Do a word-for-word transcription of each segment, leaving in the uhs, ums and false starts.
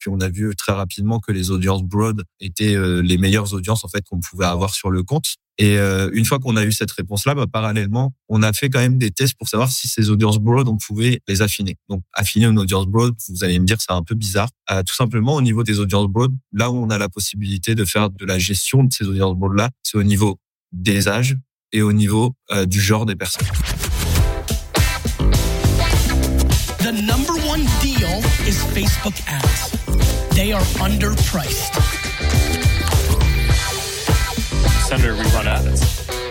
Puis on a vu très rapidement que les audiences broad étaient euh, les meilleures audiences en fait qu'on pouvait avoir sur le compte. Et euh, une fois qu'on a eu cette réponse-là, bah, parallèlement, on a fait quand même des tests pour savoir si ces audiences broad, on pouvait les affiner. Donc, affiner une audience broad, vous allez me dire, c'est un peu bizarre. Euh, tout simplement, au niveau des audiences broad, là où on a la possibilité de faire de la gestion de ces audiences broad-là, c'est au niveau des âges et au niveau euh, du genre des personnes. The number one deal is Facebook ads. They are underpriced. Senator, we run ads.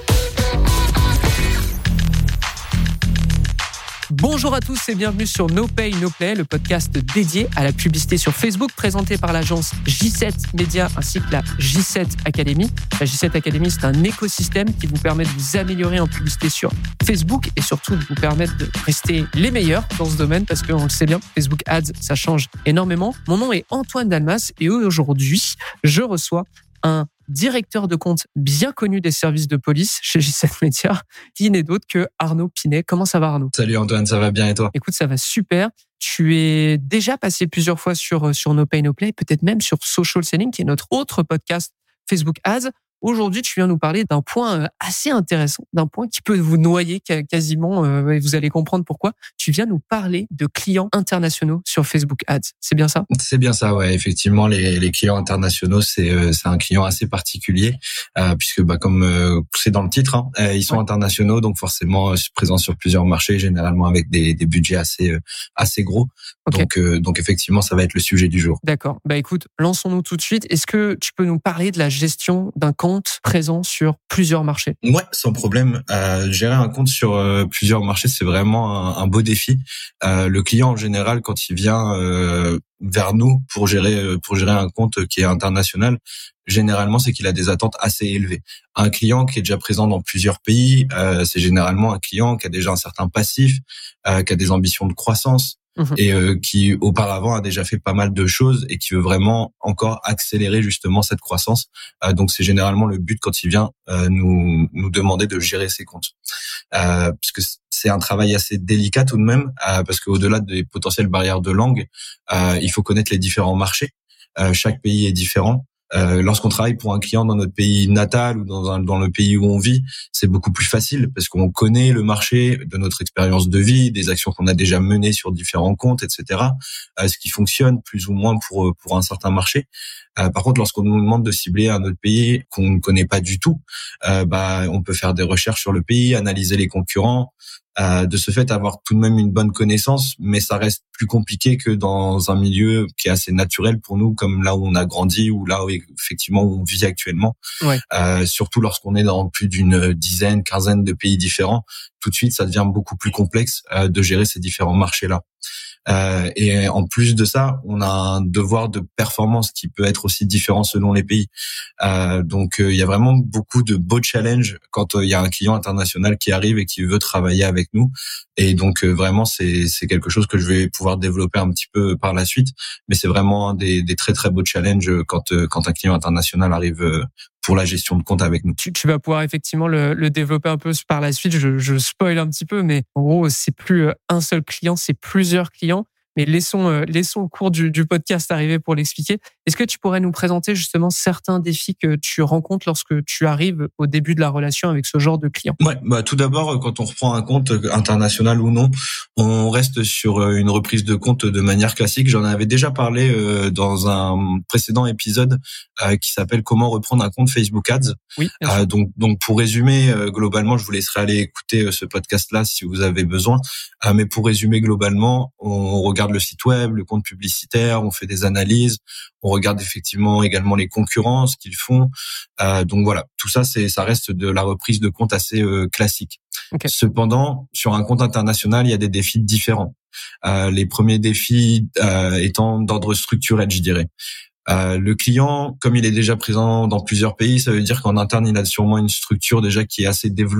Bonjour à tous et bienvenue sur No Pay, No Play, le podcast dédié à la publicité sur Facebook présenté par l'agence J sept Media ainsi que la J sept Academy. La J sept Academy, c'est un écosystème qui vous permet de vous améliorer en publicité sur Facebook et surtout de vous permettre de rester les meilleurs dans ce domaine parce qu'on le sait bien, Facebook Ads, ça change énormément. Mon nom est Antoine Dalmas et aujourd'hui, je reçois un directeur de compte bien connu des services de police chez J sept Media, qui n'est d'autre que Arnaud Pinet. Comment ça va, Arnaud ? Salut Antoine, ça va bien et toi ? Écoute, ça va super. Tu es déjà passé plusieurs fois sur, sur No Pay, No Play, peut-être même sur Social Selling, qui est notre autre podcast Facebook Ads. Aujourd'hui, tu viens nous parler d'un point assez intéressant, d'un point qui peut vous noyer quasiment, et vous allez comprendre pourquoi. Tu viens nous parler de clients internationaux sur Facebook Ads. C'est bien ça ? C'est bien ça, ouais. Effectivement, les, les clients internationaux, c'est, c'est un client assez particulier, euh, puisque bah, comme euh, c'est dans le titre, hein, euh, ils sont ouais. internationaux, donc forcément euh, présents sur plusieurs marchés, généralement avec des, des budgets assez euh, assez gros. Okay. Donc, euh, donc effectivement, ça va être le sujet du jour. D'accord. Bah écoute, lançons-nous tout de suite. Est-ce que tu peux nous parler de la gestion d'un compte présent sur plusieurs marchés? Ouais, sans problème. Euh, gérer un compte sur euh, plusieurs marchés, c'est vraiment un, un beau défi. Euh, le client en général, quand il vient euh, vers nous pour gérer pour gérer un compte qui est international, généralement c'est qu'il a des attentes assez élevées. Un client qui est déjà présent dans plusieurs pays, euh, c'est généralement un client qui a déjà un certain passif, euh, qui a des ambitions de croissance. Mmh. Et euh, qui auparavant a déjà fait pas mal de choses et qui veut vraiment encore accélérer justement cette croissance. Euh, donc c'est généralement le but quand il vient euh, nous nous demander de gérer ses comptes, euh, parce que c'est un travail assez délicat tout de même, euh, parce qu'au-delà des potentielles barrières de langue, euh, il faut connaître les différents marchés. Euh, chaque pays est différent. Euh, lorsqu'on travaille pour un client dans notre pays natal ou dans, un, dans le pays où on vit, c'est beaucoup plus facile parce qu'on connaît le marché de notre expérience de vie, des actions qu'on a déjà menées sur différents comptes, et cetera. Euh, ce qui fonctionne plus ou moins pour pour un certain marché. Euh, par contre, lorsqu'on nous demande de cibler un autre pays qu'on ne connaît pas du tout, euh, bah on peut faire des recherches sur le pays, analyser les concurrents. Euh, de ce fait, avoir tout de même une bonne connaissance, mais ça reste plus compliqué que dans un milieu qui est assez naturel pour nous, comme là où on a grandi ou là où effectivement où on vit actuellement. Ouais. Euh, surtout lorsqu'on est dans plus d'une dizaine, quinzaine de pays différents, tout de suite, ça devient beaucoup plus complexe euh, de gérer ces différents marchés-là. Euh, et en plus de ça, on a un devoir de performance qui peut être aussi différent selon les pays. Euh, donc, il euh, y a vraiment beaucoup de beaux challenges quand il euh, y a un client international qui arrive et qui veut travailler avec nous. Et donc, euh, vraiment, c'est, c'est quelque chose que je vais pouvoir développer un petit peu par la suite. Mais c'est vraiment un des, des très, très beaux challenges quand, euh, quand un client international arrive euh, pour la gestion de compte avec nous. Tu, tu vas pouvoir effectivement le, le développer un peu par la suite. Je, je spoil un petit peu, mais en gros, c'est plus un seul client, c'est plusieurs clients. Mais laissons, euh, laissons au cours du, du podcast arriver pour l'expliquer. Est-ce que tu pourrais nous présenter justement certains défis que tu rencontres lorsque tu arrives au début de la relation avec ce genre de client ? Ouais, bah tout d'abord, quand on reprend un compte international ou non, on reste sur une reprise de compte de manière classique. J'en avais déjà parlé euh, dans un précédent épisode euh, qui s'appelle Comment reprendre un compte Facebook Ads. Oui. Euh, donc, donc pour résumer euh, globalement, je vous laisserai aller écouter euh, ce podcast-là si vous avez besoin. Euh, mais pour résumer globalement, on regarde le site web, le compte publicitaire, on fait des analyses, on regarde effectivement également les concurrents, ce qu'ils font. Euh, donc voilà, tout ça, c'est ça reste de la reprise de compte assez euh, classique. Okay. Cependant, sur un compte international, il y a des défis différents. Euh, les premiers défis euh, étant d'ordre structurel, je dirais. Euh, le client, comme il est déjà présent dans plusieurs pays, ça veut dire qu'en interne, il a sûrement une structure déjà qui est assez développée.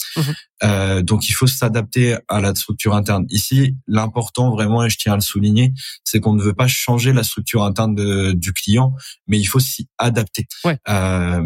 Mmh. Euh, donc il faut s'adapter à la structure interne. Ici, l'important vraiment, et je tiens à le souligner, c'est qu'on ne veut pas changer la structure interne de, du client, mais il faut s'y adapter. Ouais. Euh,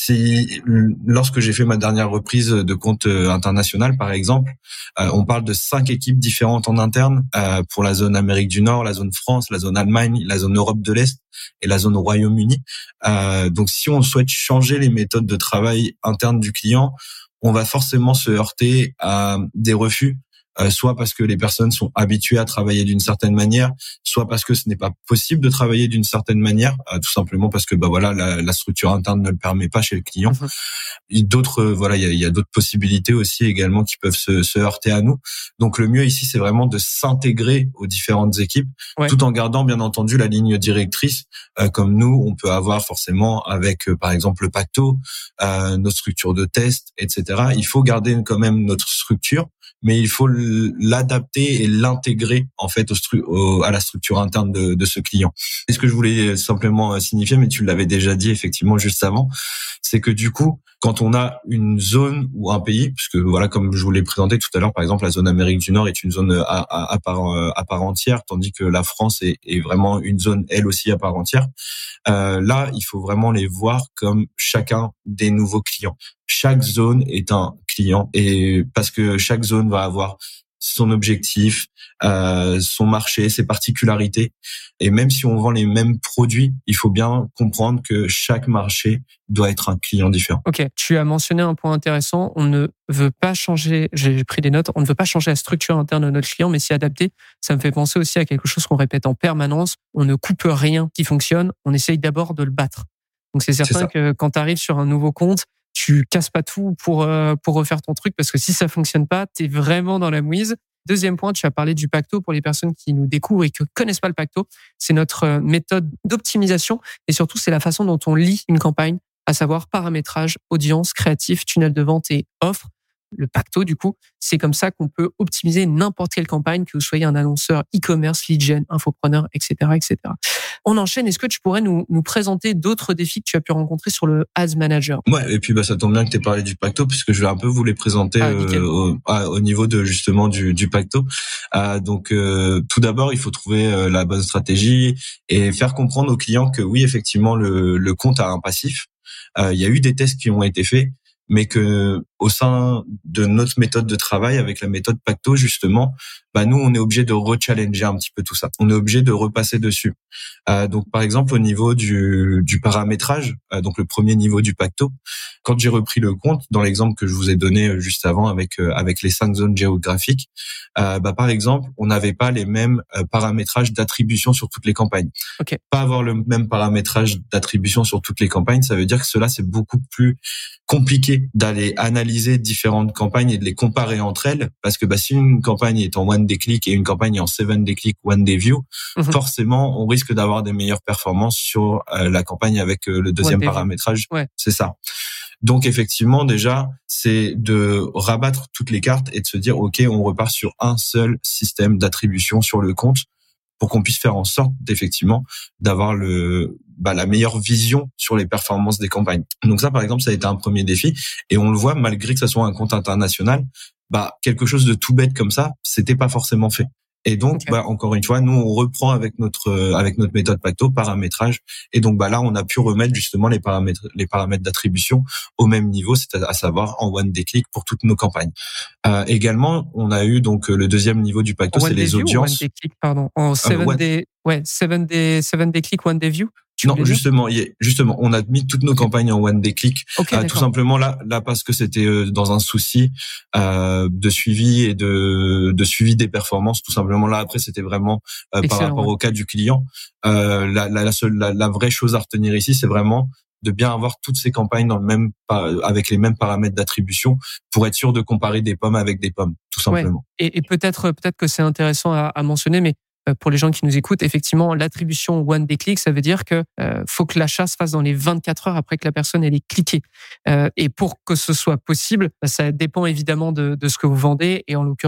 si lorsque j'ai fait ma dernière reprise de compte international, par exemple, euh, on parle de cinq équipes différentes en interne euh, pour la zone Amérique du Nord, la zone France, la zone Allemagne, la zone Europe de l'Est et la zone Royaume-Uni. Euh, donc si on souhaite changer les méthodes de travail internes du client, on va forcément se heurter à des refus, euh, soit parce que les personnes sont habituées à travailler d'une certaine manière, soit parce que ce n'est pas possible de travailler d'une certaine manière, euh, tout simplement parce que bah voilà la, la structure interne ne le permet pas chez le client. Mmh. Et d'autres, euh, voilà, il y a, y a d'autres possibilités aussi également qui peuvent se, se heurter à nous. Donc le mieux ici, c'est vraiment de s'intégrer aux différentes équipes, Ouais. tout en gardant bien entendu la ligne directrice, euh, comme nous, on peut avoir forcément avec, euh, par exemple, le pacto, euh, nos structures de test, et cetera. Il faut garder quand même notre structure, mais il faut l'adapter et l'intégrer en fait au stru- au, à la structure interne de, de ce client. Et ce que je voulais simplement signifier, mais tu l'avais déjà dit effectivement juste avant, c'est que du coup, quand on a une zone ou un pays, puisque voilà, comme je vous l'ai présenté tout à l'heure, par exemple, la zone Amérique du Nord est une zone à, à, à, part, à part entière, tandis que la France est, est vraiment une zone elle aussi à part entière. Euh, là, il faut vraiment les voir comme chacun des nouveaux clients. Chaque zone est un client, et parce que chaque zone va avoir son objectif, euh, son marché, ses particularités. Et même si on vend les mêmes produits, il faut bien comprendre que chaque marché doit être un client différent. Ok, tu as mentionné un point intéressant. On ne veut pas changer, j'ai pris des notes, on ne veut pas changer la structure interne de notre client, mais s'y adapter. Ça me fait penser aussi à quelque chose qu'on répète en permanence. On ne coupe rien qui fonctionne, on essaye d'abord de le battre. Donc c'est certain C'est que quand tu arrives sur un nouveau compte, tu casses pas tout pour euh, pour refaire ton truc, parce que si ça fonctionne pas, t'es vraiment dans la mouise. Deuxième point, tu as parlé du pacto pour les personnes qui nous découvrent et qui ne connaissent pas le pacto. C'est notre méthode d'optimisation et surtout, c'est la façon dont on lit une campagne, à savoir paramétrage, audience, créatif, tunnel de vente et offre. Le pacto, du coup, c'est comme ça qu'on peut optimiser n'importe quelle campagne, que vous soyez un annonceur e-commerce, lead gen, infopreneur, et cetera, et cetera. On enchaîne. Est-ce que tu pourrais nous, nous présenter d'autres défis que tu as pu rencontrer sur le Ads Manager? Ouais, et puis bah ça tombe bien que tu aies parlé du pacto, puisque je vais un peu vous les présenter ah, euh, au, à, au niveau de justement du, du pacto. Euh, donc euh, tout d'abord, il faut trouver euh, la bonne stratégie et faire comprendre aux clients que oui, effectivement, le, le compte a un passif. Euh, il y a eu des tests qui ont été faits, mais que au sein de notre méthode de travail, avec la méthode pacto justement, bah nous on est obligé de rechallenger un petit peu tout ça. On est obligé de repasser dessus. Euh, donc par exemple au niveau du, du paramétrage, euh, donc le premier niveau du pacto, quand j'ai repris le compte, dans l'exemple que je vous ai donné juste avant avec euh, avec les cinq zones géographiques, euh, bah par exemple on n'avait pas les mêmes euh, paramétrages d'attribution sur toutes les campagnes. Okay. Pas avoir le même paramétrage d'attribution sur toutes les campagnes, ça veut dire que cela c'est beaucoup plus compliqué d'aller analyser différentes campagnes et de les comparer entre elles, parce que bah, si une campagne est en one day click et une campagne est en seven day click, one day view, mmh. forcément on risque d'avoir des meilleures performances sur euh, la campagne avec euh, le deuxième paramétrage. Ouais. C'est ça. Donc effectivement déjà c'est de rabattre toutes les cartes et de se dire ok, on repart sur un seul système d'attribution sur le compte, pour qu'on puisse faire en sorte d'effectivement d'avoir le bah, la meilleure vision sur les performances des campagnes. Donc ça, par exemple, ça a été un premier défi, et on le voit, malgré que ça soit un compte international, bah quelque chose de tout bête comme ça, c'était pas forcément fait. Et donc, okay. bah encore une fois, nous on reprend avec notre euh, avec notre méthode pacto, paramétrage, et donc bah là on a pu remettre justement les paramètres les paramètres d'attribution au même niveau, c'est à, à savoir en one day click pour toutes nos campagnes. Euh, également, on a eu donc le deuxième niveau du pacto, c'est les audiences. One day click, pardon, en seven euh, one... day, ouais, seven day, seven day click, one day view. Tu non, justement, y est, justement, on a mis toutes nos okay. campagnes en one day click, okay, euh, tout simplement là, là parce que c'était euh, dans un souci euh, de suivi et de, de suivi des performances, tout simplement. Là, après, c'était vraiment euh, par rapport ouais. au cas du client. Euh, la, la, la, seule, la, la vraie chose à retenir ici, c'est vraiment de bien avoir toutes ces campagnes dans le même, avec les mêmes paramètres d'attribution, pour être sûr de comparer des pommes avec des pommes, tout simplement. Ouais. Et, et peut-être, peut-être que c'est intéressant à, à mentionner, mais pour les gens qui nous écoutent, effectivement, l'attribution one day click, ça veut dire que euh, faut que l'achat se fasse dans les vingt-quatre heures après que la personne elle ait cliqué. Euh, et pour que ce soit possible, ça dépend évidemment de, de ce que vous vendez. Et en l'occurrence,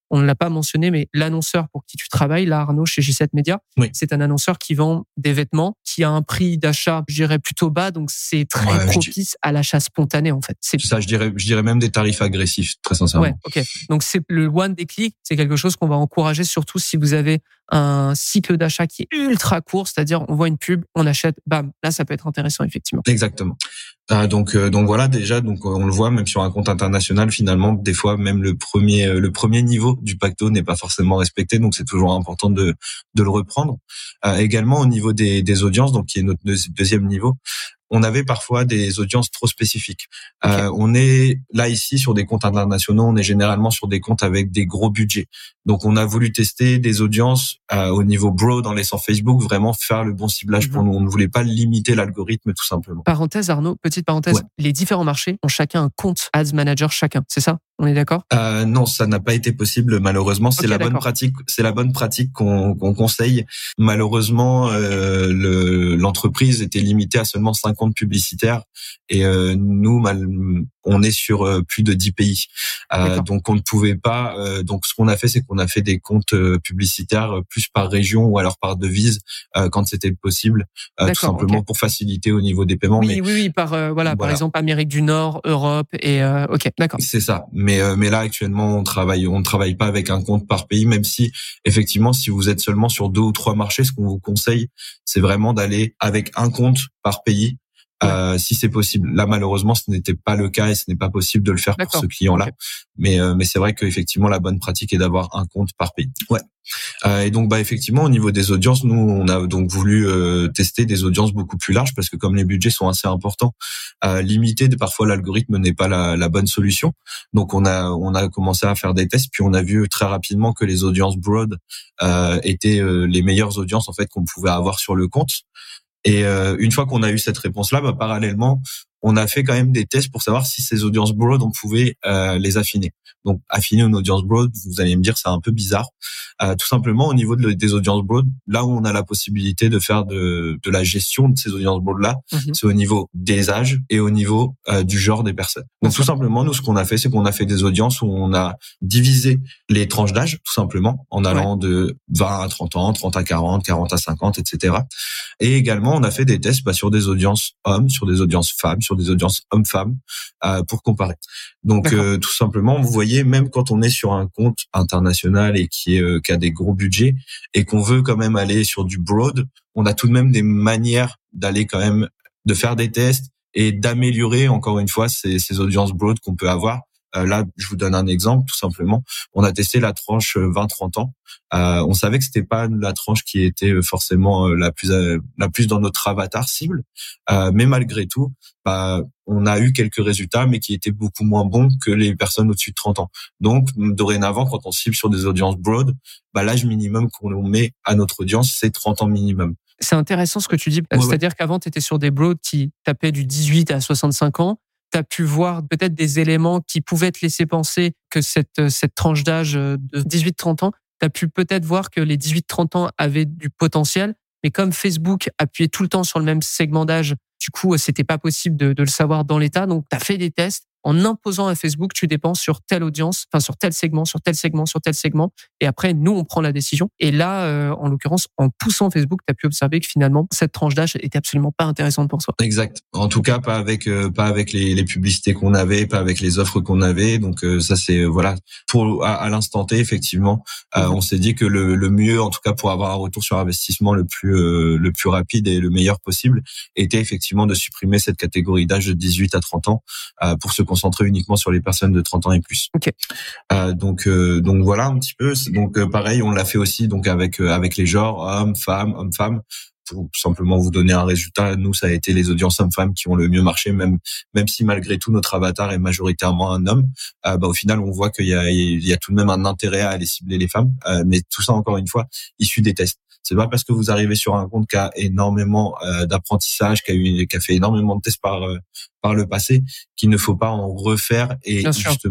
on ne l'a pas mentionné, mais l'annonceur pour qui tu travailles, là, Arnaud, chez J sept Media, oui. c'est un annonceur qui vend des vêtements, qui a un prix d'achat, je dirais, plutôt bas, donc c'est très ouais, propice à l'achat spontané, en fait. C'est ça, je dirais, je dirais même des tarifs agressifs, très sincèrement. Ouais, ok. Donc c'est le one déclic, c'est quelque chose qu'on va encourager, surtout si vous avez un cycle d'achat qui est ultra court, c'est-à-dire on voit une pub, on achète, bam, là ça peut être intéressant effectivement. Exactement. Euh, donc euh, donc voilà déjà, donc on le voit même sur un compte international, finalement des fois même le premier euh, le premier niveau du pacto n'est pas forcément respecté, donc c'est toujours important de de le reprendre. Euh, également au niveau des des audiences, donc qui est notre deuxième niveau. On avait parfois des audiences trop spécifiques. Okay. Euh, on est là ici sur des comptes internationaux, on est généralement sur des comptes avec des gros budgets. Donc on a voulu tester des audiences euh, au niveau broad en laissant Facebook vraiment faire le bon ciblage mm-hmm. pour nous. On ne voulait pas limiter l'algorithme tout simplement. Parenthèse Arnaud, petite parenthèse, ouais. Les différents marchés ont chacun un compte Ads Manager chacun, c'est ça? On est d'accord? euh, Non, ça n'a pas été possible malheureusement. C'est okay, la d'accord. bonne pratique, c'est la bonne pratique qu'on, qu'on conseille. Malheureusement, euh, le, l'entreprise était limitée à seulement cinq comptes publicitaires et euh, nous, mal, on est sur euh, plus de dix pays. Euh, donc on ne pouvait pas. Euh, donc ce qu'on a fait, c'est qu'on a fait des comptes euh, publicitaires plus par région ou alors par devise euh, quand c'était possible, euh, tout simplement okay. pour faciliter au niveau des paiements. Oui, mais, oui, oui, par euh, voilà, voilà, par exemple Amérique du Nord, Europe et euh, ok, d'accord. C'est ça. Mais euh, mais là actuellement on travaille on ne travaille pas avec un compte par pays, même si effectivement si vous êtes seulement sur deux ou trois marchés, ce qu'on vous conseille c'est vraiment d'aller avec un compte par pays. Ouais. Euh, si c'est possible. Là, malheureusement, ce n'était pas le cas et ce n'est pas possible de le faire D'accord. pour ce client-là. Okay. Mais, euh, mais c'est vrai qu'effectivement, la bonne pratique est d'avoir un compte par pays. Ouais. Euh, et donc, bah, effectivement, au niveau des audiences, nous, on a donc voulu euh, tester des audiences beaucoup plus larges parce que comme les budgets sont assez importants, euh, limiter parfois l'algorithme n'est pas la, la bonne solution. Donc, on a, on a commencé à faire des tests, puis on a vu très rapidement que les audiences broad euh, étaient euh, les meilleures audiences en fait qu'on pouvait avoir sur le compte. Et euh, une fois qu'on a eu cette réponse-là, bah, parallèlement, on a fait quand même des tests pour savoir si ces audiences broad, on pouvait euh, les affiner. Donc, affiner une audience broad, vous allez me dire, c'est un peu bizarre. Euh, tout simplement, au niveau de, des audiences broad, là où on a la possibilité de faire de, de la gestion de ces audiences broad-là, mm-hmm. c'est au niveau des âges et au niveau euh, du genre des personnes. Donc, tout simplement, nous, ce qu'on a fait, c'est qu'on a fait des audiences où on a divisé les tranches d'âge, tout simplement, en allant ouais. de vingt à trente ans, trente à quarante, quarante à cinquante, et cetera. Et également, on a fait des tests bah, sur des audiences hommes, sur des audiences femmes, sur des audiences hommes-femmes, euh, pour comparer. Donc, euh, tout simplement, vous voyez, même quand on est sur un compte international et qui est euh, qui a des gros budgets et qu'on veut quand même aller sur du broad, on a tout de même des manières d'aller quand même de faire des tests et d'améliorer encore une fois ces, ces audiences broad qu'on peut avoir. Euh, là, je vous donne un exemple, tout simplement. On a testé la tranche vingt trente ans. Euh, on savait que c'était pas la tranche qui était forcément la plus euh, la plus dans notre avatar cible, euh, mais malgré tout, bah, on a eu quelques résultats, mais qui étaient beaucoup moins bons que les personnes au-dessus de trente ans. Donc, dorénavant, quand on cible sur des audiences broad, bah, l'âge minimum qu'on met à notre audience, c'est trente ans minimum. C'est intéressant ce que tu dis, ouais, c'est-à-dire ouais. qu'avant, tu étais sur des broads qui tapaient du dix-huit à soixante-cinq ans. Tu as pu voir peut-être des éléments qui pouvaient te laisser penser que cette, cette tranche d'âge de dix-huit trente ans, tu as pu peut-être voir que les dix-huit trente ans avaient du potentiel, mais comme Facebook appuyait tout le temps sur le même segment d'âge, du coup, c'était pas possible de, de le savoir dans l'état. Donc, tu as fait des tests. En imposant à Facebook, tu dépenses sur telle audience, enfin sur tel segment, sur tel segment, sur tel segment. Et après, nous, on prend la décision. Et là, euh, en l'occurrence, en poussant Facebook, tu as pu observer que finalement, cette tranche d'âge était absolument pas intéressante pour soi. Exact. En tout cas, pas avec euh, pas avec les, les publicités qu'on avait, pas avec les offres qu'on avait. Donc euh, ça, c'est euh, voilà. Pour à, à l'instant T, effectivement, euh, mmh. on s'est dit que le, le mieux, en tout cas, pour avoir un retour sur investissement le plus euh, le plus rapide et le meilleur possible, était effectivement de supprimer cette catégorie d'âge de dix-huit à trente ans euh, pour se concentrer uniquement sur les personnes de trente ans et plus. Okay. Euh, donc euh, donc voilà un petit peu. Donc euh, pareil, on l'a fait aussi donc avec euh, avec les genres hommes, femmes, hommes, femmes. Pour tout simplement vous donner un résultat, nous ça a été les audiences hommes-femmes qui ont le mieux marché, même même si malgré tout notre avatar est majoritairement un homme. Euh, bah au final on voit qu'il y a il y a tout de même un intérêt à aller cibler les femmes, euh, mais tout ça encore une fois issu des tests. C'est pas parce que vous arrivez sur un compte qui a énormément euh, d'apprentissage, qui a eu, qui a fait énormément de tests par euh, par le passé, qu'il ne faut pas en refaire et Bien justement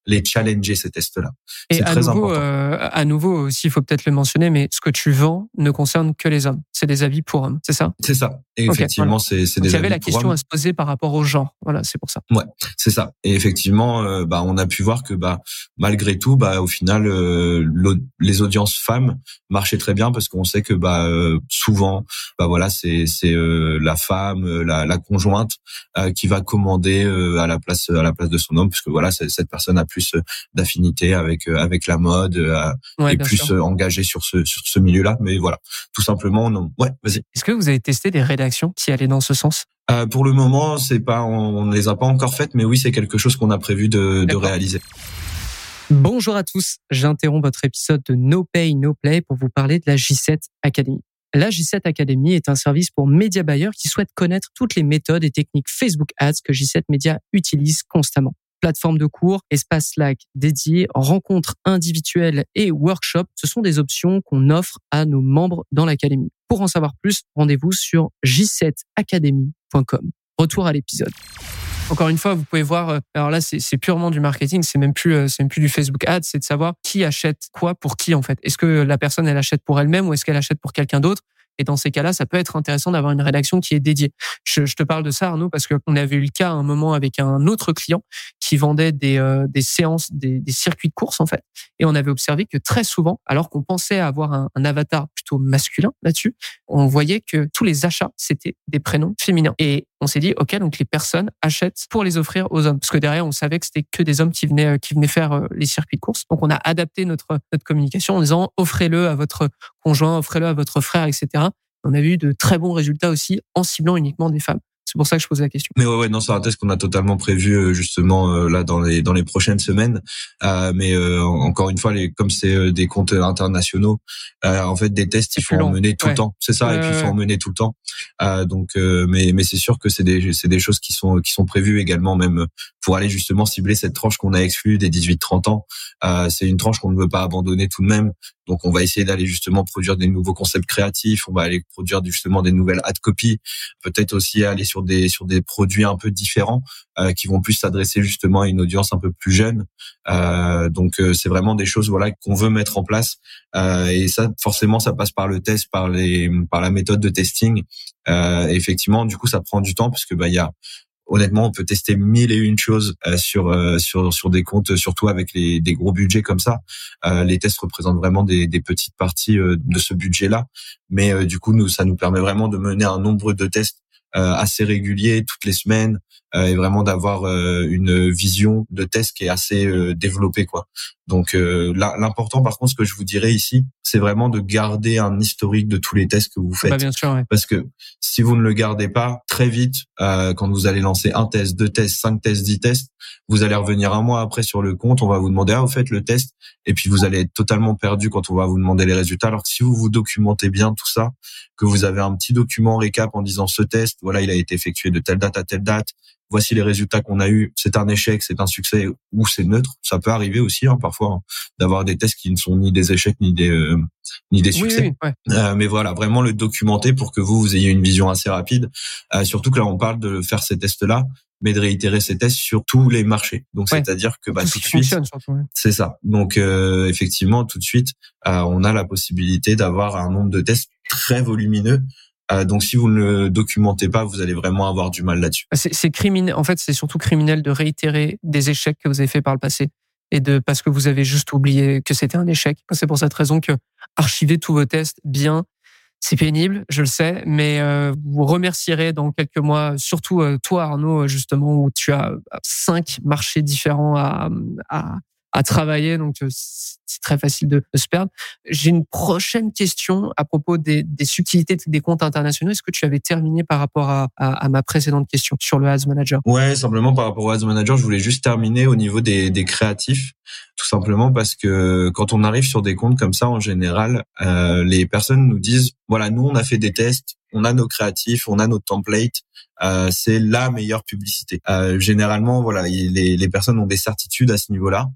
les challenger ces tests-là. Et c'est à très nouveau, important. euh, à nouveau aussi, il faut peut-être le mentionner, mais ce que tu vends ne concerne que les hommes. C'est des habits pour hommes, c'est ça? C'est ça. Et Ok, effectivement, voilà. c'est, c'est Donc, des il y avait habits la pour question hommes. à se poser par rapport au genre. Voilà, c'est pour ça. Ouais, c'est ça. Et effectivement, euh, bah, on a pu voir que bah, malgré tout, bah, au final, euh, les audiences femmes marchaient très bien parce qu'on sait que bah, euh, souvent, bah voilà, c'est c'est euh, la femme, la, la conjointe euh, qui va commander euh, à la place à la place de son homme, parce que voilà, cette personne a plus d'affinité avec avec la mode euh, Ouais, et bien plus sûr. engagée sur ce sur ce milieu-là. Mais voilà, tout simplement, non. Ouais, vas-y. Est-ce que vous avez testé des rédactions qui allaient dans ce sens? Euh, pour le moment, c'est pas, on ne les a pas encore faites, mais oui, c'est quelque chose qu'on a prévu de, de réaliser. Bonjour à tous, j'interromps votre épisode de No Pay, No Play pour vous parler de la J sept Academy. La J sept Academy est un service pour média buyers qui souhaitent connaître toutes les méthodes et techniques Facebook Ads que J sept Media utilise constamment. Plateforme de cours, espace Slack dédié, rencontres individuelles et workshops, ce sont des options qu'on offre à nos membres dans l'académie. Pour en savoir plus, rendez-vous sur j sept academy point com. Retour à l'épisode. Encore une fois, vous pouvez voir, alors là, c'est, c'est purement du marketing, c'est même plus, c'est même plus du Facebook Ads, c'est de savoir qui achète quoi pour qui, en fait. Est-ce que la personne, elle achète pour elle-même ou est-ce qu'elle achète pour quelqu'un d'autre? Et dans ces cas-là, ça peut être intéressant d'avoir une rédaction qui est dédiée. Je, je te parle de ça, Arnaud, parce qu'on avait eu le cas à un moment avec un autre client qui vendait des, euh, des séances, des, des circuits de course, en fait. Et on avait observé que très souvent, alors qu'on pensait avoir un, un avatar plutôt masculin là-dessus, on voyait que tous les achats, c'était des prénoms féminins. Et on s'est dit, OK, donc les personnes achètent pour les offrir aux hommes. Parce que derrière, on savait que c'était que des hommes qui venaient, qui venaient faire les circuits de course. Donc, on a adapté notre, notre communication en disant, offrez-le à votre conjoint, offrez-le à votre frère, et cetera. On a eu de très bons résultats aussi en ciblant uniquement des femmes. C'est pour ça que je pose la question. Mais ouais, ouais, non, c'est un test qu'on a totalement prévu justement euh, là dans les dans les prochaines semaines. Euh, mais euh, encore une fois, les, comme c'est euh, des comptes internationaux, euh, en fait, des tests, il faut en mener tout ouais. le temps. C'est ça, ouais, et puis il faut ouais. en mener tout le temps. Euh, donc, euh, mais mais c'est sûr que c'est des c'est des choses qui sont qui sont prévues également, même pour aller justement cibler cette tranche qu'on a exclue des dix-huit trente ans. Euh, c'est une tranche qu'on ne veut pas abandonner tout de même. Donc, on va essayer d'aller justement produire des nouveaux concepts créatifs. On va aller produire justement des nouvelles ad copy. Peut-être aussi aller sur des sur des produits un peu différents euh, qui vont plus s'adresser justement à une audience un peu plus jeune. Euh, donc, euh, c'est vraiment des choses voilà qu'on veut mettre en place. Euh, et ça, forcément, ça passe par le test, par les par la méthode de testing. Euh, et effectivement, du coup, ça prend du temps parce que bah il y a honnêtement, on peut tester mille et une choses euh, sur euh, sur sur des comptes, surtout avec les des gros budgets comme ça. Euh, les tests représentent vraiment des des petites parties euh, de ce budget-là, mais euh, du coup, nous ça nous permet vraiment de mener un nombre de tests euh, assez régulier toutes les semaines euh, et vraiment d'avoir euh, une vision de test qui est assez euh, développée, quoi. Donc euh, là, l'important, par contre, ce que je vous dirais ici, c'est vraiment de garder un historique de tous les tests que vous faites. Bah, bien sûr, ouais. Parce que si vous ne le gardez pas, très vite, euh, quand vous allez lancer un test, deux tests, cinq tests, dix tests, vous allez revenir un mois après sur le compte, on va vous demander, ah, vous faites le test, et puis vous allez être totalement perdu quand on va vous demander les résultats. Alors que si vous vous documentez bien tout ça, que vous avez un petit document récap en disant ce test, voilà, il a été effectué de telle date à telle date, voici les résultats qu'on a eu, c'est un échec, c'est un succès ou c'est neutre. Ça peut arriver aussi hein, parfois hein, d'avoir des tests qui ne sont ni des échecs ni des euh, ni des succès. Oui, oui, ouais. euh, mais voilà, vraiment le documenter pour que vous vous ayez une vision assez rapide. Euh, surtout que là on parle de faire ces tests-là, mais de réitérer ces tests sur tous les marchés. Donc ouais. c'est-à-dire que bah tout, tout tout de suite, surtout, ouais. c'est ça. Donc euh, effectivement tout de suite, euh, on a la possibilité d'avoir un nombre de tests très volumineux. Euh, donc si vous ne le documentez pas, vous allez vraiment avoir du mal là-dessus. C'est, c'est criminel. En fait, c'est surtout criminel de réitérer des échecs que vous avez fait par le passé et de parce que vous avez juste oublié que c'était un échec. C'est pour cette raison que archiver tous vos tests bien, c'est pénible, je le sais, mais euh, vous remercierez dans quelques mois, surtout euh, toi Arnaud, justement, où tu as cinq marchés différents à, à à travailler, donc c'est très facile de, de se perdre. J'ai une prochaine question à propos des, des subtilités des comptes internationaux. Est-ce que tu avais terminé par rapport à, à, à ma précédente question sur le Ads Manager? Ouais, simplement par rapport au Ads Manager, je voulais juste terminer au niveau des, des créatifs, tout simplement parce que quand on arrive sur des comptes comme ça, en général, euh, les personnes nous disent, voilà, nous on a fait des tests, on a nos créatifs, on a nos templates, euh, c'est la meilleure publicité. Euh, généralement, voilà, les, les personnes ont des certitudes à ce niveau-là.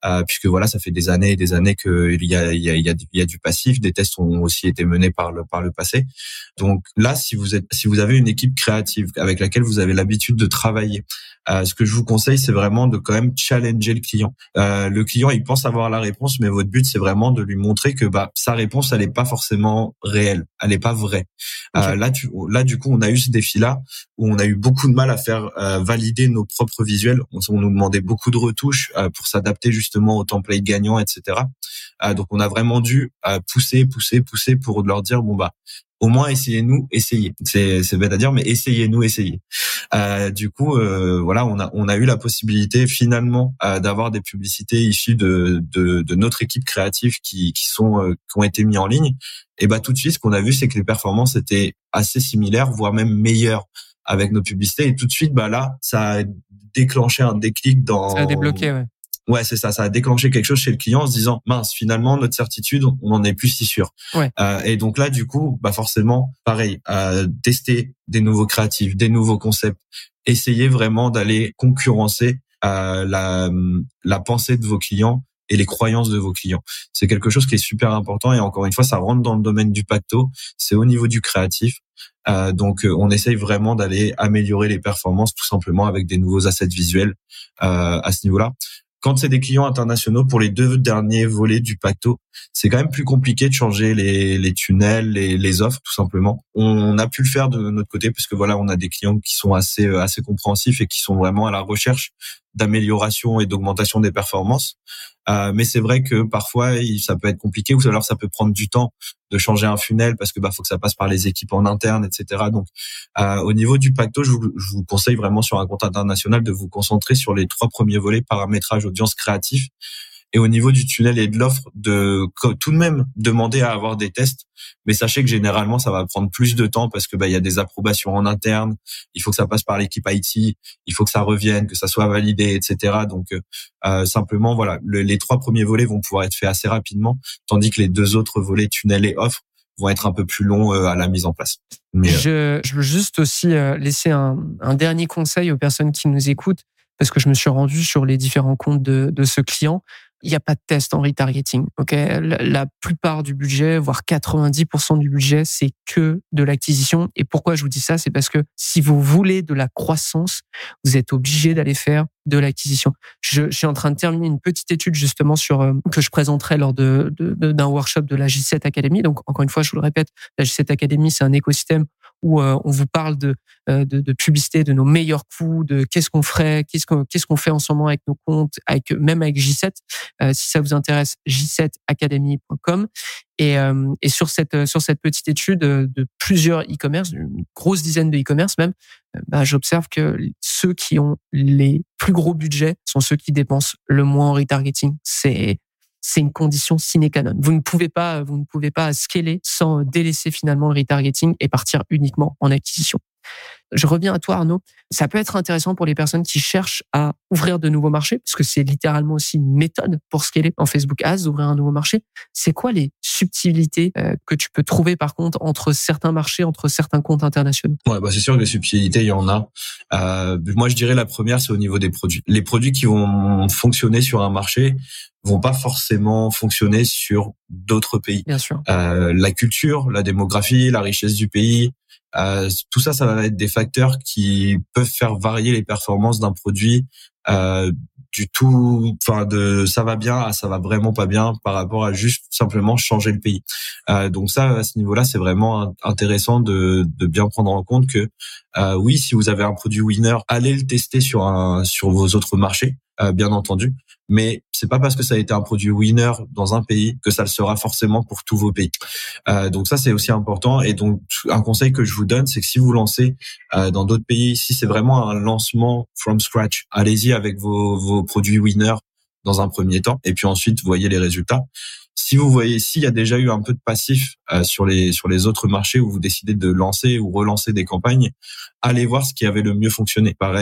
euh, puisque voilà, ça fait des années et des années qu'il y a, il y a, il y a, il y a du passif. Des tests ont aussi été menés par le, par le passé. Donc là, si vous êtes, si vous avez une équipe créative avec laquelle vous avez l'habitude de travailler, euh, ce que je vous conseille, c'est vraiment de quand même challenger le client. Euh, le client, il pense avoir la réponse, mais votre but, c'est vraiment de lui montrer que bah sa réponse, elle est pas forcément réelle, elle est pas vraie. Okay. Euh, là, tu, là, du coup, on a eu ce défi-là où on a eu beaucoup de mal à faire euh, valider nos propres visuels. On, on nous demandait beaucoup de retouches euh, pour s'adapter justement au template gagnant, et cetera. Euh, donc, on a vraiment dû euh, pousser, pousser, pousser pour leur dire bon bah. Au moins, essayez-nous, essayez. C'est, c'est bête à dire, mais essayez-nous, essayez. Euh, du coup, euh, voilà, on a, on a eu la possibilité finalement euh, d'avoir des publicités issues de, de, de notre équipe créative qui, qui sont, euh, qui ont été mis en ligne. Et bah tout de suite, ce qu'on a vu, c'est que les performances étaient assez similaires, voire même meilleures avec nos publicités. Et tout de suite, bah là, ça a déclenché un déclic dans. Ça a débloqué, ouais. Ouais, c'est ça. Ça a déclenché quelque chose chez le client en se disant mince, finalement notre certitude, on n'en est plus si sûr. Ouais. Euh, et donc là, du coup, bah forcément, pareil, euh, tester des nouveaux créatifs, des nouveaux concepts, essayer vraiment d'aller concurrencer euh, la la pensée de vos clients et les croyances de vos clients. C'est quelque chose qui est super important et encore une fois, ça rentre dans le domaine du pacto. C'est au niveau du créatif. Euh, donc, on essaye vraiment d'aller améliorer les performances tout simplement avec des nouveaux assets visuels euh, à ce niveau-là. Quand c'est des clients internationaux, pour les deux derniers volets du pacto, c'est quand même plus compliqué de changer les, les tunnels, les, les offres, tout simplement. On a pu le faire de notre côté parce que voilà, on a des clients qui sont assez, assez compréhensifs et qui sont vraiment à la recherche d'amélioration et d'augmentation des performances. Euh, mais c'est vrai que parfois, ça peut être compliqué ou alors ça peut prendre du temps de changer un funnel parce que bah faut que ça passe par les équipes en interne, et cetera. Donc, euh, au niveau du pacto, je vous, je vous conseille vraiment sur un compte international de vous concentrer sur les trois premiers volets: paramétrage, audience, créatif. Et au niveau du tunnel et de l'offre, de tout de même demander à avoir des tests, mais sachez que généralement ça va prendre plus de temps parce que bah il y a des approbations en interne, il faut que ça passe par l'équipe I T, il faut que ça revienne, que ça soit validé, et cetera. Donc euh, simplement voilà, le, les trois premiers volets vont pouvoir être faits assez rapidement, tandis que les deux autres volets, tunnel et offre, vont être un peu plus longs euh, à la mise en place. Mais je, je veux juste aussi euh, laisser un, un dernier conseil aux personnes qui nous écoutent, parce que je me suis rendu sur les différents comptes de, de ce client. Il n'y a pas de test en retargeting. Ok, la, la plupart du budget, voire quatre-vingt-dix pour cent du budget, c'est que de l'acquisition. Et pourquoi je vous dis ça, c'est parce que si vous voulez de la croissance, vous êtes obligé d'aller faire de l'acquisition. Je, je suis en train de terminer une petite étude justement sur euh, que je présenterai lors de, de, de d'un workshop de la J sept Academy. Donc encore une fois, je vous le répète, la J sept Academy, c'est un écosystème où euh, on vous parle de, euh, de de publicité, de nos meilleurs coups, de qu'est-ce qu'on ferait, qu'est-ce qu'on qu'est-ce qu'on fait en ce moment avec nos comptes, avec même avec J sept. Euh, si ça vous intéresse, j sept academy point com. Et, euh, et sur cette sur cette petite étude de plusieurs e-commerce, une grosse dizaine de e-commerce même, bah, j'observe que ceux qui ont les plus gros budgets sont ceux qui dépensent le moins en retargeting. C'est c'est une condition sine qua non. Vous ne pouvez pas vous ne pouvez pas scaler sans délaisser finalement le retargeting et partir uniquement en acquisition. Je reviens à toi, Arnaud. Ça peut être intéressant pour les personnes qui cherchent à ouvrir de nouveaux marchés, parce que c'est littéralement aussi une méthode pour scaler en Facebook Ads, d'ouvrir un nouveau marché. C'est quoi les subtilités euh, que tu peux trouver par contre entre certains marchés, entre certains comptes internationaux? Ouais, bah c'est sûr que les subtilités, il y en a. Euh, moi, je dirais la première, c'est au niveau des produits. Les produits qui vont fonctionner sur un marché vont pas forcément fonctionner sur d'autres pays. Bien sûr. Euh, la culture, la démographie, la richesse du pays, euh, tout ça, ça va être des facteurs qui peuvent faire varier les performances d'un produit euh, du tout, enfin de ça va bien à ça va vraiment pas bien par rapport à juste simplement changer le pays. Euh, donc ça, à ce niveau-là, c'est vraiment intéressant de, de bien prendre en compte que euh, oui, si vous avez un produit winner, allez le tester sur un sur vos autres marchés, euh, bien entendu. Mais c'est pas parce que ça a été un produit winner dans un pays que ça le sera forcément pour tous vos pays. Euh, donc ça, c'est aussi important. Et donc, un conseil que je vous donne, c'est que si vous lancez euh, dans d'autres pays, si c'est vraiment un lancement from scratch, allez-y avec vos, vos produits winner dans un premier temps. Et puis ensuite, voyez les résultats. Si vous voyez, s'il y a déjà eu un peu de passif euh, sur les sur les autres marchés où vous décidez de lancer ou relancer des campagnes, allez voir ce qui avait le mieux fonctionné. Pareil,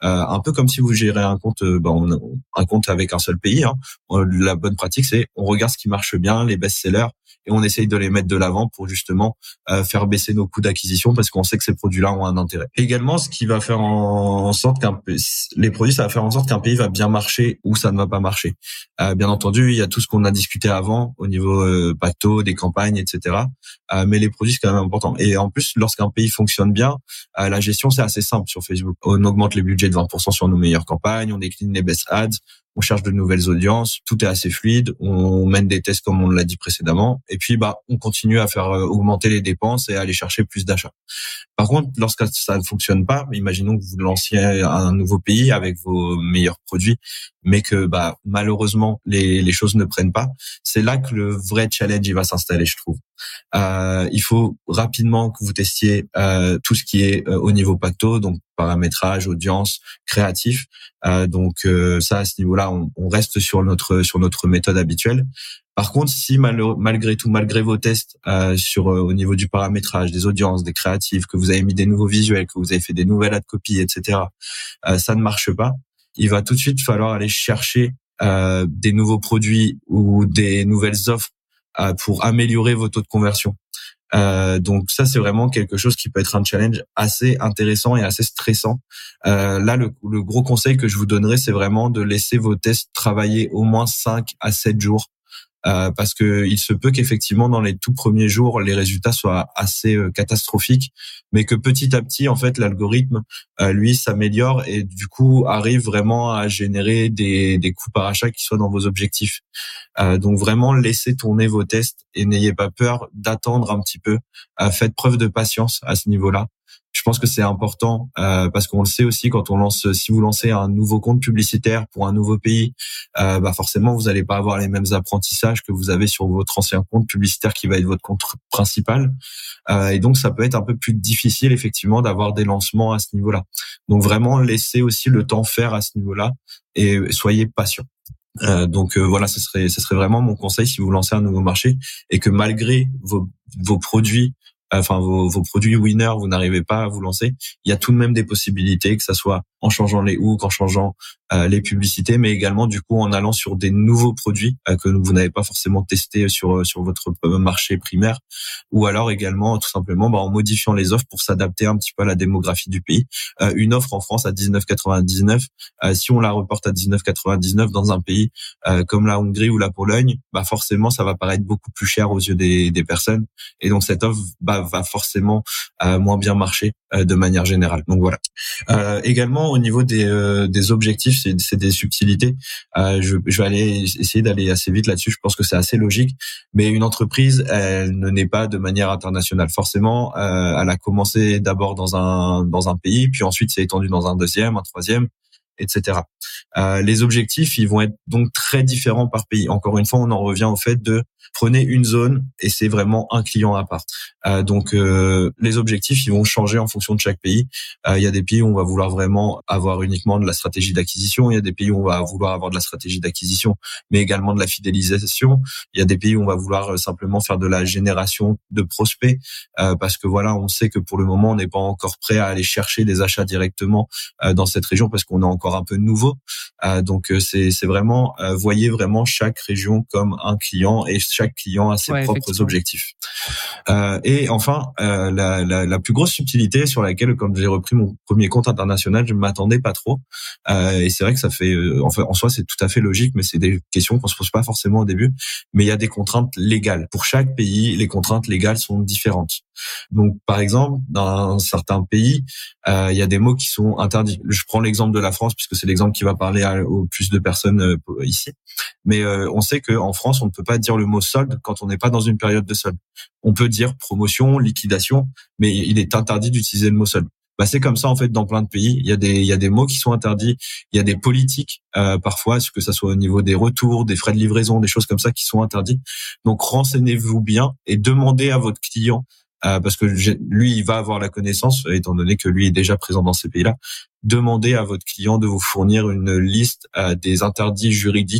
euh, un peu comme si vous gérez un compte, euh, bah, on, un compte avec un seul pays. Hein. La bonne pratique, c'est on regarde ce qui marche bien, les best-sellers, et on essaye de les mettre de l'avant pour justement euh, faire baisser nos coûts d'acquisition parce qu'on sait que ces produits-là ont un intérêt. Également, ce qui va faire en sorte qu'un les produits, ça va faire en sorte qu'un pays va bien marcher ou ça ne va pas marcher. Euh, bien entendu, il y a tout ce qu'on a discuté avant au niveau euh, pacto, des campagnes, et cetera. Euh, mais les produits, c'est quand même important. Et en plus, lorsqu'un pays fonctionne bien, euh, la gestion, c'est assez simple sur Facebook. On augmente les budgets de vingt pour cent sur nos meilleures campagnes, on décline les best ads, on cherche de nouvelles audiences, tout est assez fluide, on mène des tests comme on l'a dit précédemment, et puis bah on continue à faire augmenter les dépenses et à aller chercher plus d'achats. Par contre, lorsque ça ne fonctionne pas, imaginons que vous lanciez un nouveau pays avec vos meilleurs produits, mais que bah malheureusement les, les choses ne prennent pas, c'est là que le vrai challenge il va s'installer, je trouve. Euh, il faut rapidement que vous testiez euh, tout ce qui est euh, au niveau pacto, donc paramétrage, audience, créatif. Euh, donc euh, ça, à ce niveau-là, on, on reste sur notre sur notre méthode habituelle. Par contre, si mal, malgré tout, malgré vos tests euh, sur euh, au niveau du paramétrage, des audiences, des créatifs, que vous avez mis des nouveaux visuels, que vous avez fait des nouvelles ad copies, et cetera, euh, ça ne marche pas, il va tout de suite falloir aller chercher euh, des nouveaux produits ou des nouvelles offres euh, pour améliorer vos taux de conversion. Euh, donc ça, c'est vraiment quelque chose qui peut être un challenge assez intéressant et assez stressant. Euh, là, le, le gros conseil que je vous donnerais, c'est vraiment de laisser vos tests travailler au moins cinq à sept jours. Euh, parce que il se peut qu'effectivement dans les tout premiers jours les résultats soient assez euh, catastrophiques, mais que petit à petit en fait l'algorithme euh, lui s'améliore et du coup arrive vraiment à générer des des coûts par achat qui soient dans vos objectifs. Euh, donc vraiment laissez tourner vos tests et n'ayez pas peur d'attendre un petit peu. Euh, faites preuve de patience à ce niveau-là. Je pense que c'est important euh, parce qu'on le sait aussi quand on lance, si vous lancez un nouveau compte publicitaire pour un nouveau pays, euh, bah forcément vous n'allez pas avoir les mêmes apprentissages que vous avez sur votre ancien compte publicitaire qui va être votre compte principal. Euh, et donc ça peut être un peu plus difficile effectivement d'avoir des lancements à ce niveau-là. Donc vraiment laissez aussi le temps faire à ce niveau-là et soyez patient. Euh, donc euh, voilà, ce serait, ce serait vraiment mon conseil si vous lancez un nouveau marché et que malgré vos, vos produits enfin vos, vos produits winners, vous n'arrivez pas à vous lancer, il y a tout de même des possibilités, que ça soit en changeant les hooks, en changeant euh, les publicités, mais également du coup en allant sur des nouveaux produits euh, que vous n'avez pas forcément testés sur sur votre marché primaire, ou alors également tout simplement bah, en modifiant les offres pour s'adapter un petit peu à la démographie du pays. Euh, une offre en France à dix-neuf quatre-vingt-dix-neuf, euh, si on la reporte à dix-neuf quatre-vingt-dix-neuf dans un pays euh, comme la Hongrie ou la Pologne, bah forcément ça va paraître beaucoup plus cher aux yeux des, des personnes, et donc cette offre bah, va forcément euh, moins bien marcher euh, de manière générale. Donc voilà. Euh, également au niveau des, euh, des objectifs, c'est, c'est des subtilités. Euh, je, je vais aller essayer d'aller assez vite là-dessus. Je pense que c'est assez logique. Mais une entreprise, elle ne naît pas de manière internationale. Forcément, euh, elle a commencé d'abord dans un dans un pays, puis ensuite s'est étendue dans un deuxième, un troisième, et cetera. Euh, les objectifs, ils vont être donc très différents par pays. Encore une fois, on en revient au fait de prenez une zone et c'est vraiment un client à part. Euh, donc euh, les objectifs, ils vont changer en fonction de chaque pays. Euh, il y a des pays où on va vouloir vraiment avoir uniquement de la stratégie d'acquisition. Il y a des pays où on va vouloir avoir de la stratégie d'acquisition, mais également de la fidélisation. Il y a des pays où on va vouloir simplement faire de la génération de prospects, euh, parce que voilà, on sait que pour le moment, on n'est pas encore prêt à aller chercher des achats directement euh, dans cette région parce qu'on est encore un peu nouveau. Euh, donc c'est c'est vraiment euh, voyez vraiment chaque région comme un client et chaque client a ses ouais, propres objectifs. Euh, et enfin euh, la, la la plus grosse subtilité sur laquelle, quand j'ai repris mon premier compte international, je m'attendais pas trop. Euh, et c'est vrai que ça fait euh, enfin en soi c'est tout à fait logique, mais c'est des questions qu'on se pose pas forcément au début. Mais il y a des contraintes légales pour chaque pays. Les contraintes légales sont différentes. Donc par exemple dans certains pays euh, il y a des mots qui sont interdits. Je prends l'exemple de la France puisque c'est l'exemple qui va parler à, au plus de personnes euh, ici. Mais euh, on sait qu'en France, on ne peut pas dire le mot solde quand on n'est pas dans une période de solde. On peut dire promotion, liquidation, mais il est interdit d'utiliser le mot solde. Bah, c'est comme ça en fait dans plein de pays. Il y a des il y a des mots qui sont interdits. Il y a des politiques euh, parfois, que ça soit au niveau des retours, des frais de livraison, des choses comme ça qui sont interdits. Donc renseignez-vous bien et demandez à votre client. Euh, parce que lui, il va avoir la connaissance, étant donné que lui est déjà présent dans ces pays-là. Demandez à votre client de vous fournir une liste euh, des interdits juridiques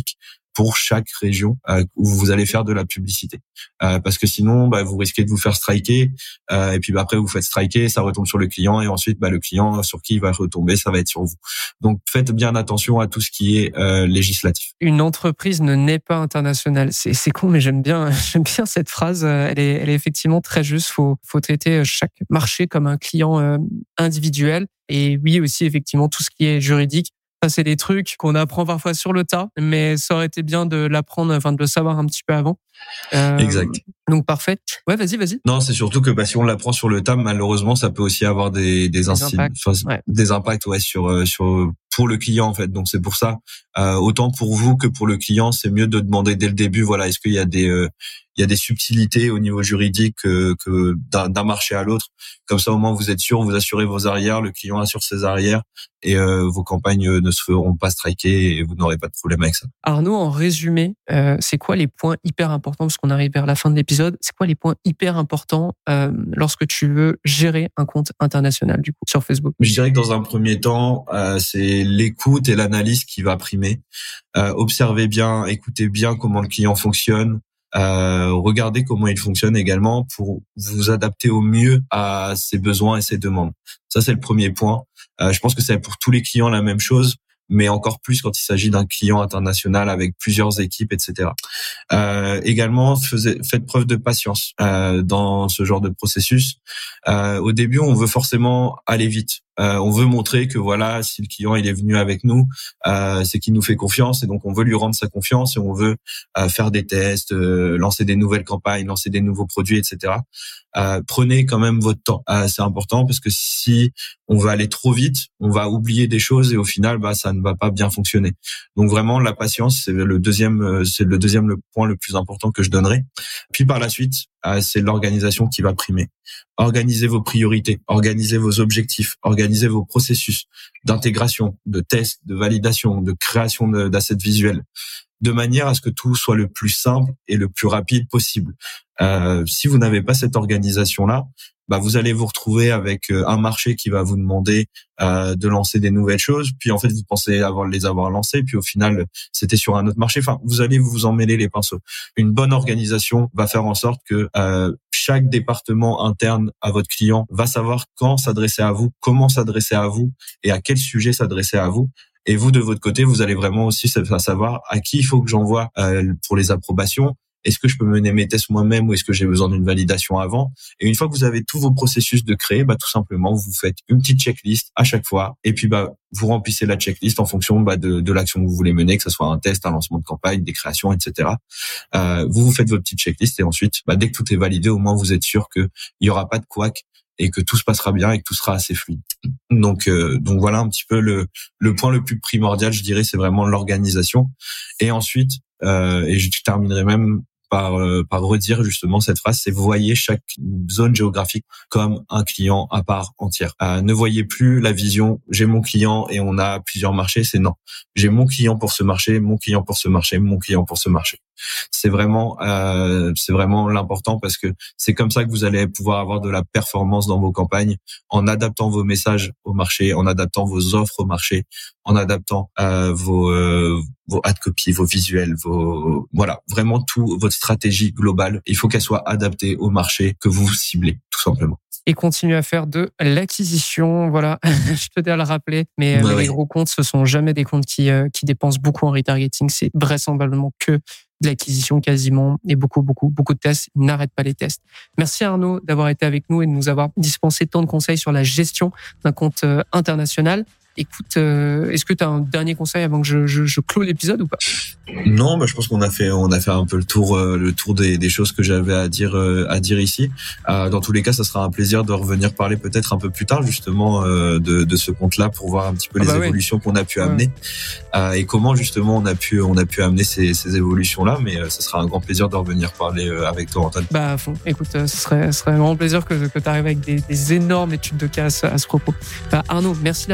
pour chaque région euh, où vous allez faire de la publicité. Euh, parce que sinon, bah, vous risquez de vous faire striker, euh, et puis bah, après vous faites striker, ça retombe sur le client, et ensuite bah, le client sur qui il va retomber, ça va être sur vous. Donc faites bien attention à tout ce qui est euh, législatif. Une entreprise ne naît pas internationale. C'est, c'est con, mais j'aime bien, j'aime bien cette phrase. Elle est, elle est effectivement très juste. Faut, faut traiter chaque marché comme un client euh, individuel. Et oui, aussi effectivement tout ce qui est juridique. Ça, c'est des trucs qu'on apprend parfois sur le tas, mais ça aurait été bien de l'apprendre, enfin de le savoir un petit peu avant. Euh, exact. Donc parfait. Ouais, vas-y, vas-y. Non, c'est surtout que bah, si on l'apprend sur le tas, malheureusement, ça peut aussi avoir des des, des incidents, impacts, enfin, ouais. des impacts, ouais, sur sur pour le client en fait. Donc c'est pour ça, euh, autant pour vous que pour le client, c'est mieux de demander dès le début. Voilà, est-ce qu'il y a des euh, il y a des subtilités au niveau juridique que, que d'un, d'un marché à l'autre. Comme ça, au moins, vous êtes sûr, vous assurez vos arrières, le client assure ses arrières, et euh, vos campagnes ne se feront pas striker et vous n'aurez pas de problème avec ça. Arnaud, en résumé, euh, c'est quoi les points hyper importants, parce qu'on arrive vers la fin de l'épisode, c'est quoi les points hyper importants euh, lorsque tu veux gérer un compte international, du coup, sur Facebook? Je dirais que dans un premier temps, euh, c'est l'écoute et l'analyse qui va primer. Euh, observez bien, écoutez bien comment le client fonctionne. Euh, regardez comment il fonctionne également pour vous adapter au mieux à ses besoins et ses demandes. Ça, c'est le premier point. Euh, je pense que c'est pour tous les clients la même chose, mais encore plus quand il s'agit d'un client international avec plusieurs équipes, et cetera. Euh, également, faisez, faites preuve de patience euh, dans ce genre de processus. Euh, au début, on veut forcément aller vite. Euh, on veut montrer que voilà, si le client il est venu avec nous, euh, c'est qu'il nous fait confiance, et donc on veut lui rendre sa confiance et on veut euh, faire des tests, euh, lancer des nouvelles campagnes, lancer des nouveaux produits, et cetera. Euh, prenez quand même votre temps. Euh, c'est important parce que si on va aller trop vite, on va oublier des choses et au final, bah ça ne va pas bien fonctionner. Donc vraiment, la patience, c'est le deuxième, c'est le deuxième le point le plus important que je donnerai. Puis par la suite, euh, c'est l'organisation qui va primer. Organisez vos priorités, organisez vos objectifs, organisez vos processus d'intégration, de test, de validation, de création de, d'assets visuels, de manière à ce que tout soit le plus simple et le plus rapide possible. Euh, si vous n'avez pas cette organisation-là, bah vous allez vous retrouver avec un marché qui va vous demander euh, de lancer des nouvelles choses, puis en fait vous pensez avoir les avoir lancées, puis au final c'était sur un autre marché. Enfin, vous allez vous en mêler les pinceaux. Une bonne organisation va faire en sorte que euh, chaque département interne à votre client va savoir quand s'adresser à vous, comment s'adresser à vous et à quel sujet s'adresser à vous. Et vous, de votre côté, vous allez vraiment aussi savoir à qui il faut que j'envoie euh, pour les approbations. Est-ce que je peux mener mes tests moi-même ou est-ce que j'ai besoin d'une validation avant? Et une fois que vous avez tous vos processus de créer, bah tout simplement vous faites une petite checklist à chaque fois et puis bah vous remplissez la checklist en fonction bah, de, de l'action que vous voulez mener, que ce soit un test, un lancement de campagne, des créations, et cetera. Euh, vous vous faites votre petite checklist et ensuite bah dès que tout est validé, au moins vous êtes sûr que il y aura pas de couac et que tout se passera bien et que tout sera assez fluide. Donc euh, donc voilà un petit peu le le point le plus primordial, je dirais, c'est vraiment l'organisation. Et ensuite euh, et je terminerai même par euh, par redire justement cette phrase, c'est vous voyez chaque zone géographique comme un client à part entière. Euh, ne voyez plus la vision j'ai mon client et on a plusieurs marchés, c'est non. J'ai mon client pour ce marché, mon client pour ce marché, mon client pour ce marché. C'est vraiment euh, c'est vraiment l'important parce que c'est comme ça que vous allez pouvoir avoir de la performance dans vos campagnes en adaptant vos messages au marché, en adaptant vos offres au marché, en adaptant euh, vos euh, vos ad copy, vos visuels, vos voilà, vraiment tout votre stratégie globale, il faut qu'elle soit adaptée au marché que vous ciblez tout simplement. Et continuer à faire de l'acquisition. Voilà, je te dois le rappeler. Mais, ouais, mais ouais. les gros comptes, ce sont jamais des comptes qui, euh, qui dépensent beaucoup en retargeting. C'est vraisemblablement que de l'acquisition quasiment et beaucoup, beaucoup, beaucoup de tests. Ils n'arrêtent pas les tests. Merci Arnaud d'avoir été avec nous et de nous avoir dispensé tant de conseils sur la gestion d'un compte euh, international. Écoute, euh, est-ce que tu as un dernier conseil avant que je, je, je clôt l'épisode ou pas? Non, bah je pense qu'on a fait on a fait un peu le tour euh, le tour des, des choses que j'avais à dire euh, à dire ici. Euh, dans tous les cas, ça sera un plaisir de revenir parler peut-être un peu plus tard justement euh, de de ce compte-là pour voir un petit peu ah les bah évolutions ouais. qu'on a pu ouais. amener euh, et comment justement on a pu on a pu amener ces ces évolutions là. Mais euh, ça sera un grand plaisir de revenir parler euh, avec toi, Antoine. Bah à fond. Écoute, euh, ce serait ce serait un grand plaisir que que tu arrives avec des, des énormes études de cas à ce, à ce propos. Bah, Arnaud, merci d'avoir été avec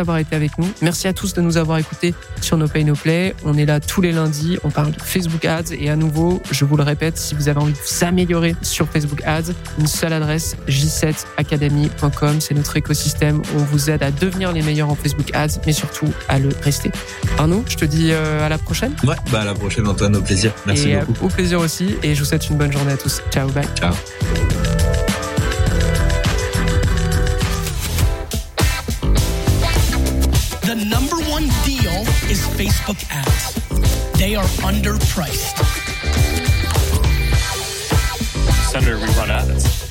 avec nous. Merci à tous de nous avoir écoutés sur No Pay No Play. On est là tous les lundis, on parle de Facebook Ads et à nouveau, je vous le répète, si vous avez envie de vous améliorer sur Facebook Ads, une seule adresse, j sept academy point com, c'est notre écosystème où on vous aide à devenir les meilleurs en Facebook Ads, mais surtout à le rester. Arnaud, je te dis euh, à la prochaine. Ouais, bah à la prochaine Antoine, au plaisir. Merci et, beaucoup. Euh, au plaisir aussi, et je vous souhaite une bonne journée à tous. Ciao, bye. Ciao. The number one deal is Facebook ads. They are underpriced. Senator, we run ads.